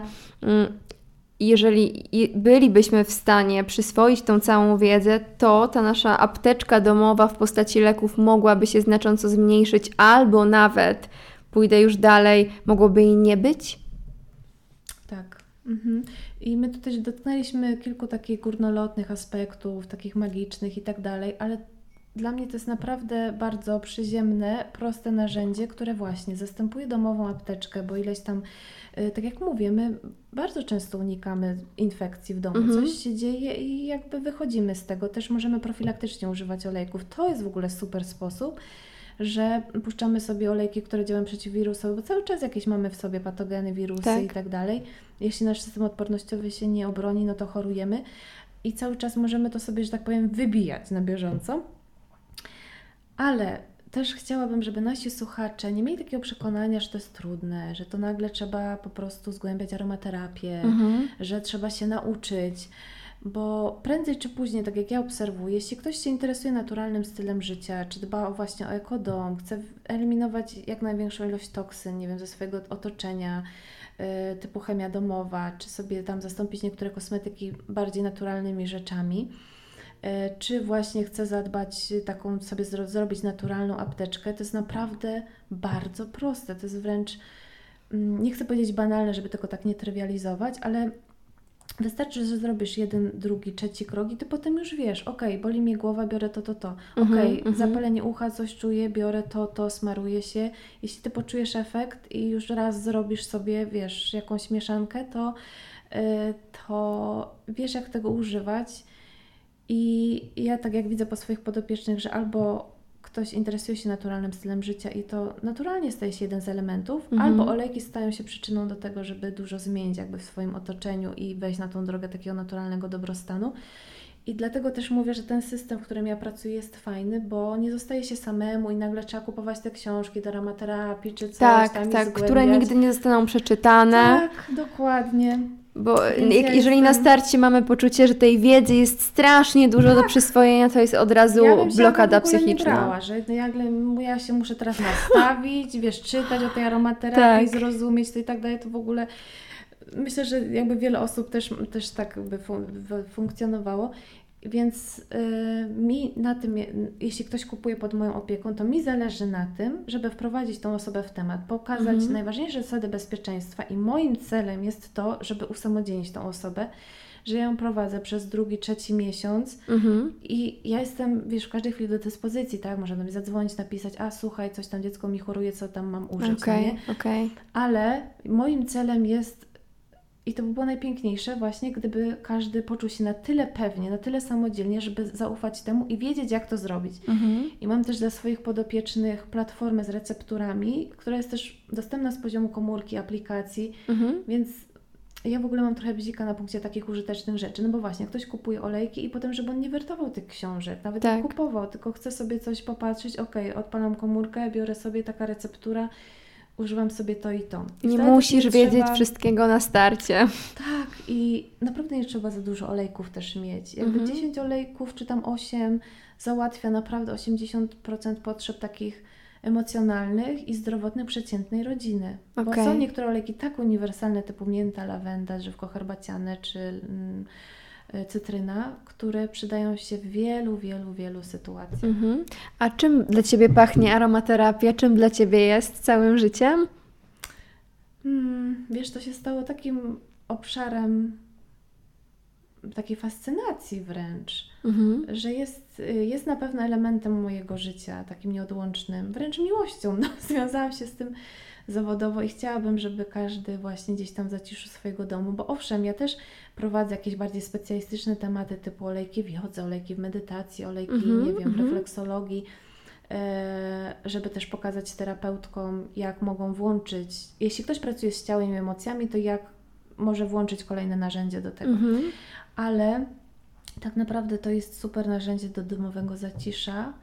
jeżeli bylibyśmy w stanie przyswoić tą całą wiedzę, to ta nasza apteczka domowa w postaci leków mogłaby się znacząco zmniejszyć, albo nawet, pójdę już dalej, mogłoby jej nie być? Tak. I my tu też dotknęliśmy kilku takich górnolotnych aspektów, takich magicznych i tak dalej, ale dla mnie to jest naprawdę bardzo przyziemne, proste narzędzie, które właśnie zastępuje domową apteczkę, bo ileś tam, tak jak mówię, my bardzo często unikamy infekcji w domu, coś się dzieje i jakby wychodzimy z tego. Też możemy profilaktycznie używać olejków. To jest w ogóle super sposób, że puszczamy sobie olejki, które działają przeciwwirusowe, bo cały czas jakieś mamy w sobie patogeny, wirusy i tak dalej. Jeśli nasz system odpornościowy się nie obroni, no to chorujemy i cały czas możemy to sobie, że tak powiem, wybijać na bieżąco. Ale też chciałabym, żeby nasi słuchacze nie mieli takiego przekonania, że to jest trudne, że to nagle trzeba po prostu zgłębiać aromaterapię, że trzeba się nauczyć, bo prędzej czy później, tak jak ja obserwuję, jeśli ktoś się interesuje naturalnym stylem życia, czy dba właśnie o ekodom, chce eliminować jak największą ilość toksyn, nie wiem, ze swojego otoczenia, typu chemia domowa, czy sobie tam zastąpić niektóre kosmetyki bardziej naturalnymi rzeczami, czy właśnie chce zadbać taką sobie zrobić naturalną apteczkę, to jest naprawdę bardzo proste. To jest wręcz, nie chcę powiedzieć banalne, żeby tego tak nie trywializować, ale wystarczy, że zrobisz 1, 2, 3 krok i ty potem już wiesz, boli mnie głowa, biorę to. Zapalenie ucha, coś czuję, biorę to, smaruję się. Jeśli ty poczujesz efekt i już raz zrobisz sobie, wiesz, jakąś mieszankę, to wiesz, jak tego używać. I ja tak jak widzę po swoich podopiecznych, że albo ktoś interesuje się naturalnym stylem życia i to naturalnie staje się jeden z elementów, albo olejki stają się przyczyną do tego, żeby dużo zmienić jakby w swoim otoczeniu i wejść na tą drogę takiego naturalnego dobrostanu. I dlatego też mówię, że ten system, w którym ja pracuję, jest fajny, bo nie zostaje się samemu i nagle trzeba kupować te książki do aromaterapii czy coś tam i które nigdy nie zostaną przeczytane. Tak, dokładnie. Bo Więc jeżeli na starcie mamy poczucie, że tej wiedzy jest strasznie dużo do przyswojenia, to jest od razu Ja bym się blokada w ogóle nie psychiczna. brała, że nagle ja się muszę teraz nastawić, wiesz, czytać o tej aromaterapii, zrozumieć to i tak dalej, to w ogóle myślę, że jakby wiele osób też tak by funkcjonowało. Więc mi na tym, jeśli ktoś kupuje pod moją opieką, to mi zależy na tym, żeby wprowadzić tą osobę w temat, pokazać najważniejsze zasady bezpieczeństwa i moim celem jest to, żeby usamodzielnić tą osobę, że ja ją prowadzę przez 2., 3 miesiąc i ja jestem, wiesz, w każdej chwili do dyspozycji, tak? Można do mnie zadzwonić, napisać, słuchaj, coś tam dziecko mi choruje, co tam mam użyć, nie? Ale moim celem jest, i to by było najpiękniejsze właśnie, gdyby każdy poczuł się na tyle pewnie, na tyle samodzielnie, żeby zaufać temu i wiedzieć, jak to zrobić. I mam też dla swoich podopiecznych platformę z recepturami, która jest też dostępna z poziomu komórki, aplikacji, więc ja w ogóle mam trochę bzika na punkcie takich użytecznych rzeczy, no bo właśnie ktoś kupuje olejki i potem, żeby on nie wertował tych książek, nawet nie kupował, tylko chce sobie coś popatrzeć, odpalam komórkę, biorę sobie taka receptura, używam sobie to i to. Nie musisz wiedzieć wszystkiego na starcie. Tak, i naprawdę nie trzeba za dużo olejków też mieć. Jakby 10 olejków, czy tam 8 załatwia naprawdę 80% potrzeb takich emocjonalnych i zdrowotnych przeciętnej rodziny. Bo są niektóre olejki tak uniwersalne, typu mięta, lawenda, drzewko herbaciane, czy cytryna, które przydają się w wielu sytuacjach. A czym dla Ciebie pachnie aromaterapia? Czym dla Ciebie jest całym życiem? Wiesz, to się stało takim obszarem takiej fascynacji wręcz, że jest na pewno elementem mojego życia, takim nieodłącznym, wręcz miłością. No, związałam się z tym zawodowo i chciałabym, żeby każdy właśnie gdzieś tam w zaciszu swojego domu, bo owszem, ja też prowadzę jakieś bardziej specjalistyczne tematy typu olejki w jodze, olejki w medytacji, olejki, nie wiem, w refleksologii, żeby też pokazać terapeutkom, jak mogą włączyć, jeśli ktoś pracuje z ciałem i emocjami, to jak może włączyć kolejne narzędzie do tego. Ale tak naprawdę to jest super narzędzie do domowego zacisza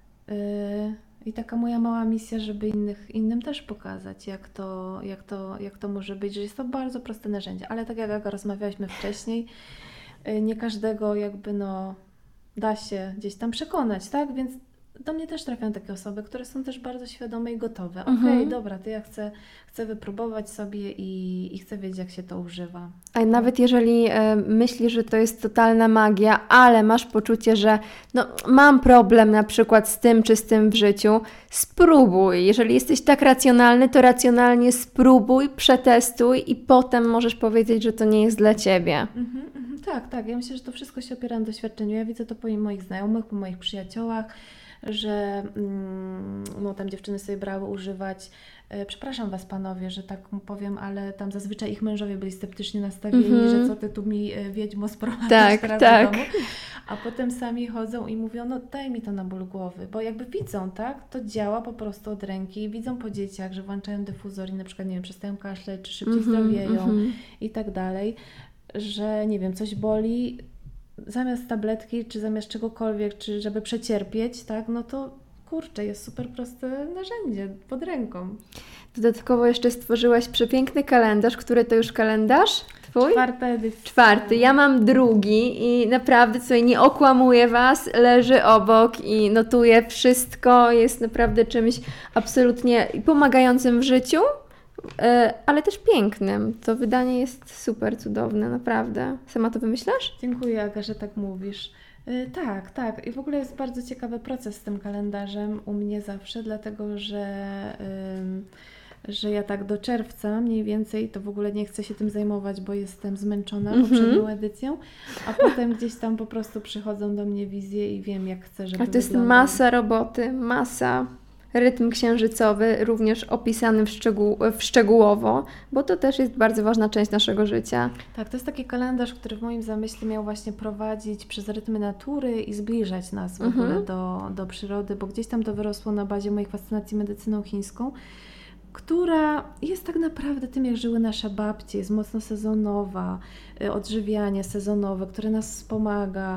i taka moja mała misja, żeby innym też pokazać, jak to może być, że jest to bardzo proste narzędzie, ale tak jak rozmawialiśmy wcześniej, nie każdego jakby da się gdzieś tam przekonać, tak? Więc do mnie też trafiają takie osoby, które są też bardzo świadome i gotowe. Okej, dobra, to ja chcę wypróbować sobie i chcę wiedzieć, jak się to używa. A nawet jeżeli myślisz, że to jest totalna magia, ale masz poczucie, że mam problem na przykład z tym czy z tym w życiu, spróbuj. Jeżeli jesteś tak racjonalny, to racjonalnie spróbuj, przetestuj i potem możesz powiedzieć, że to nie jest dla Ciebie. Tak. Ja myślę, że to wszystko się opiera na doświadczeniu. Ja widzę to po moich znajomych, po moich przyjaciołach, że tam dziewczyny sobie brały używać. Przepraszam Was, panowie, że tak powiem, ale tam zazwyczaj ich mężowie byli sceptycznie nastawieni, że co ty tu mi wiedźmo sprowadzasz teraz do domu. A potem sami chodzą i mówią, daj mi to na ból głowy, bo jakby widzą, tak, to działa po prostu od ręki, widzą po dzieciach, że włączają dyfuzor i na przykład, nie wiem, przestają kaszleć, czy szybciej zdrowieją i tak dalej, że nie wiem, coś boli, zamiast tabletki, czy zamiast czegokolwiek, czy żeby przecierpieć, tak, to kurczę, jest super proste narzędzie pod ręką. Dodatkowo jeszcze stworzyłaś przepiękny kalendarz, który to już kalendarz Twój? 4. edycja. 4. Ja mam 2. i naprawdę tutaj nie okłamuję Was, leży obok i notuję wszystko, jest naprawdę czymś absolutnie pomagającym w życiu, ale też pięknym. To wydanie jest super cudowne, naprawdę. Sama to wymyślasz? Dziękuję, Aga, że tak mówisz. Tak. I w ogóle jest bardzo ciekawy proces z tym kalendarzem u mnie zawsze, dlatego że ja tak do czerwca mniej więcej to w ogóle nie chcę się tym zajmować, bo jestem zmęczona poprzednią edycją, a potem gdzieś tam po prostu przychodzą do mnie wizje i wiem, jak chcę, żeby Ale to jest wyglądał. masa roboty, masa. Rytm księżycowy, również opisany szczegółowo, bo to też jest bardzo ważna część naszego życia. Tak, to jest taki kalendarz, który w moim zamyśle miał właśnie prowadzić przez rytmy natury i zbliżać nas w ogóle do przyrody, bo gdzieś tam to wyrosło na bazie moich fascynacji medycyną chińską, która jest tak naprawdę tym, jak żyły nasze babcie, jest mocno sezonowa, odżywianie sezonowe, które nas wspomaga.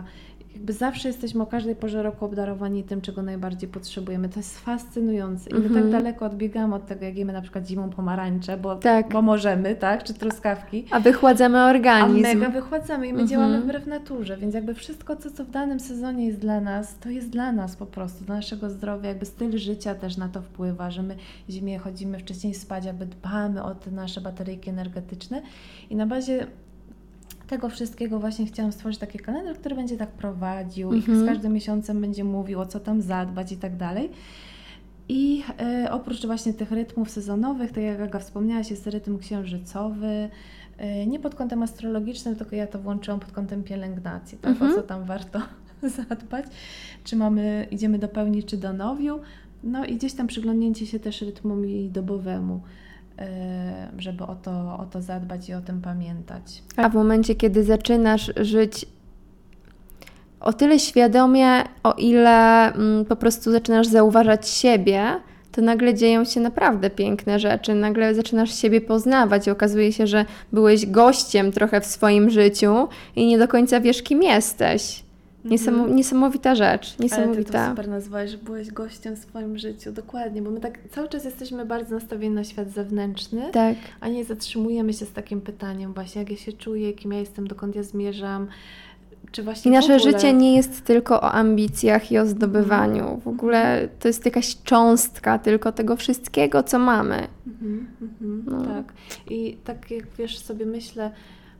jakby zawsze jesteśmy o każdej porze roku obdarowani tym, czego najbardziej potrzebujemy. To jest fascynujące. I my tak daleko odbiegamy od tego, jak jemy na przykład zimą pomarańcze, bo możemy, tak? Czy truskawki. A wychładzamy organizm. A mega wychładzamy i my działamy wbrew naturze, więc jakby wszystko, co w danym sezonie jest dla nas, to jest dla nas po prostu, dla naszego zdrowia. Jakby styl życia też na to wpływa, że my w zimie chodzimy wcześniej spać, jakby dbamy o te nasze bateryjki energetyczne i na bazie tego wszystkiego właśnie chciałam stworzyć taki kalendarz, który będzie tak prowadził i z każdym miesiącem będzie mówił, o co tam zadbać i tak dalej. I oprócz właśnie tych rytmów sezonowych, tak jak Aga wspomniałaś, jest rytm księżycowy, nie pod kątem astrologicznym, tylko ja to włączyłam pod kątem pielęgnacji, tak? O co tam warto zadbać, czy idziemy do pełni, czy do nowiu, no i gdzieś tam przyglądnięcie się też rytmowi dobowemu, żeby o to zadbać i o tym pamiętać. A w momencie, kiedy zaczynasz żyć o tyle świadomie, o ile po prostu zaczynasz zauważać siebie, to nagle dzieją się naprawdę piękne rzeczy. Nagle zaczynasz siebie poznawać i okazuje się, że byłeś gościem trochę w swoim życiu i nie do końca wiesz, kim jesteś. Niesamowita rzecz. Niesamowita. Ale ty to super nazwałeś, że byłeś gościem w swoim życiu. Dokładnie, bo my tak cały czas jesteśmy bardzo nastawieni na świat zewnętrzny, a nie zatrzymujemy się z takim pytaniem właśnie, jak ja się czuję, kim ja jestem, dokąd ja zmierzam. Czy właśnie I nasze życie nie jest tylko o ambicjach i o zdobywaniu. W ogóle to jest jakaś cząstka tylko tego wszystkiego, co mamy. Tak. I tak jak wiesz, sobie myślę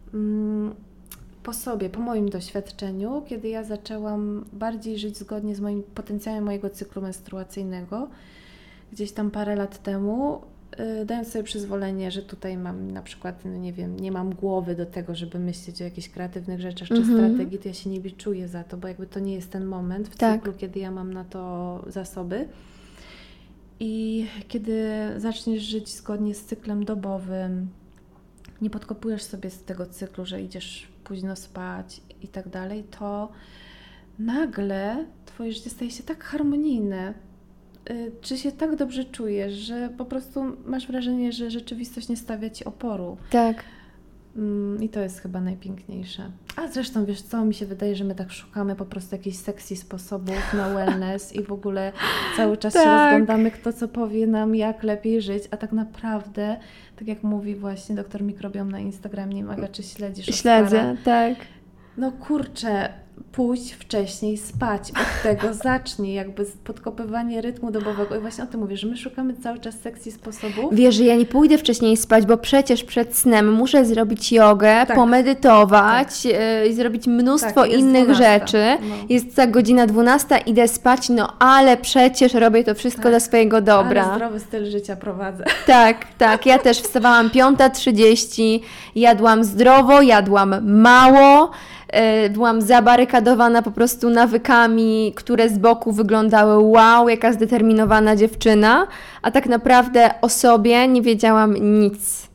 po moim doświadczeniu, kiedy ja zaczęłam bardziej żyć zgodnie z moim potencjałem mojego cyklu menstruacyjnego, gdzieś tam parę lat temu, dając sobie przyzwolenie, że tutaj mam na przykład, nie wiem, nie mam głowy do tego, żeby myśleć o jakichś kreatywnych rzeczach czy strategii, to ja się nie biczuję za to, bo jakby to nie jest ten moment w cyklu, kiedy ja mam na to zasoby. I kiedy zaczniesz żyć zgodnie z cyklem dobowym, nie podkopujesz sobie z tego cyklu, że idziesz późno spać i tak dalej, to nagle twoje życie staje się tak harmonijne, czy się tak dobrze czujesz, że po prostu masz wrażenie, że rzeczywistość nie stawia ci oporu. Tak. I to jest chyba najpiękniejsze. A zresztą, wiesz co, mi się wydaje, że my tak szukamy po prostu jakichś sexy sposobów na wellness i w ogóle cały czas się rozglądamy, kto co powie nam, jak lepiej żyć, a tak naprawdę, tak jak mówi właśnie doktor Mikrobiom na Instagramie, Maga, czy śledzisz Oskara? Śledzę, tak. No kurczę, pójdź wcześniej spać, od tego zacznij, jakby podkopywanie rytmu dobowego. I właśnie o tym mówię, że my szukamy cały czas sexy sposobów. Wiesz, że ja nie pójdę wcześniej spać, bo przecież przed snem muszę zrobić jogę, pomedytować i zrobić mnóstwo innych 12. rzeczy. Jest tak godzina 12, idę spać, no ale przecież robię to wszystko dla swojego dobra. Ale zdrowy styl życia prowadzę. Tak. Ja też wstawałam 5:30, jadłam zdrowo, jadłam mało. Byłam zabarykadowana po prostu nawykami, które z boku wyglądały wow, jaka zdeterminowana dziewczyna, a tak naprawdę o sobie nie wiedziałam nic.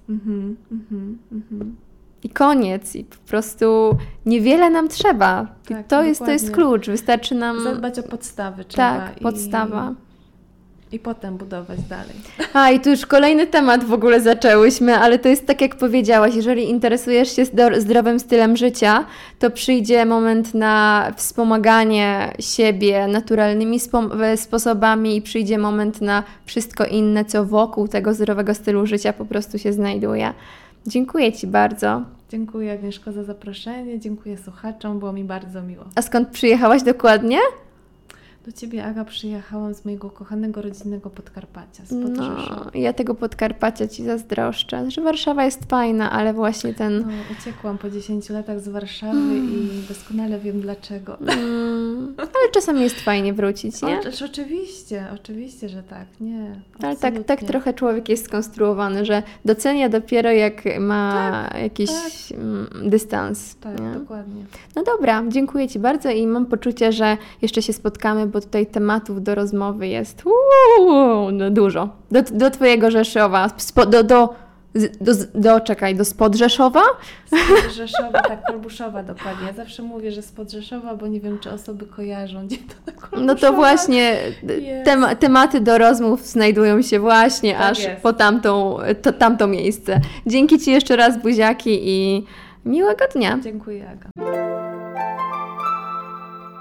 I koniec. I po prostu niewiele nam trzeba. Tak, to jest klucz. Wystarczy nam... zadbać o podstawy trzeba. Tak, podstawa. I potem budować dalej. I tu już kolejny temat w ogóle zaczęłyśmy, ale to jest tak jak powiedziałaś, jeżeli interesujesz się zdrowym stylem życia, to przyjdzie moment na wspomaganie siebie naturalnymi sposobami i przyjdzie moment na wszystko inne, co wokół tego zdrowego stylu życia po prostu się znajduje. Dziękuję Ci bardzo. Dziękuję Agnieszko za zaproszenie, dziękuję słuchaczom, było mi bardzo miło. A skąd przyjechałaś dokładnie? Do Ciebie, Aga, przyjechałam z mojego kochanego rodzinnego Podkarpacia, z Podrzeszowa. Ja tego Podkarpacia Ci zazdroszczę, że Warszawa jest fajna, ale właśnie ten... uciekłam po 10 latach z Warszawy i doskonale wiem dlaczego. Ale czasami jest fajnie wrócić, nie? Oczywiście, że tak, nie. Ale tak trochę człowiek jest skonstruowany, że docenia dopiero jak ma jakiś dystans. Tak, nie? dokładnie. No dobra, dziękuję Ci bardzo i mam poczucie, że jeszcze się spotkamy, bo tutaj tematów do rozmowy jest dużo. Do Twojego Rzeszowa, do spod Rzeszowa? Spod Rzeszowa, tak, Kolbuszowa dokładnie. Ja zawsze mówię, że spod Rzeszowa, bo nie wiem, czy osoby kojarzą, gdzie to na Kolbuszowa. No to właśnie tematy do rozmów znajdują się właśnie aż po tamto miejsce. Dzięki Ci jeszcze raz, buziaki, i miłego dnia. Dziękuję, Aga.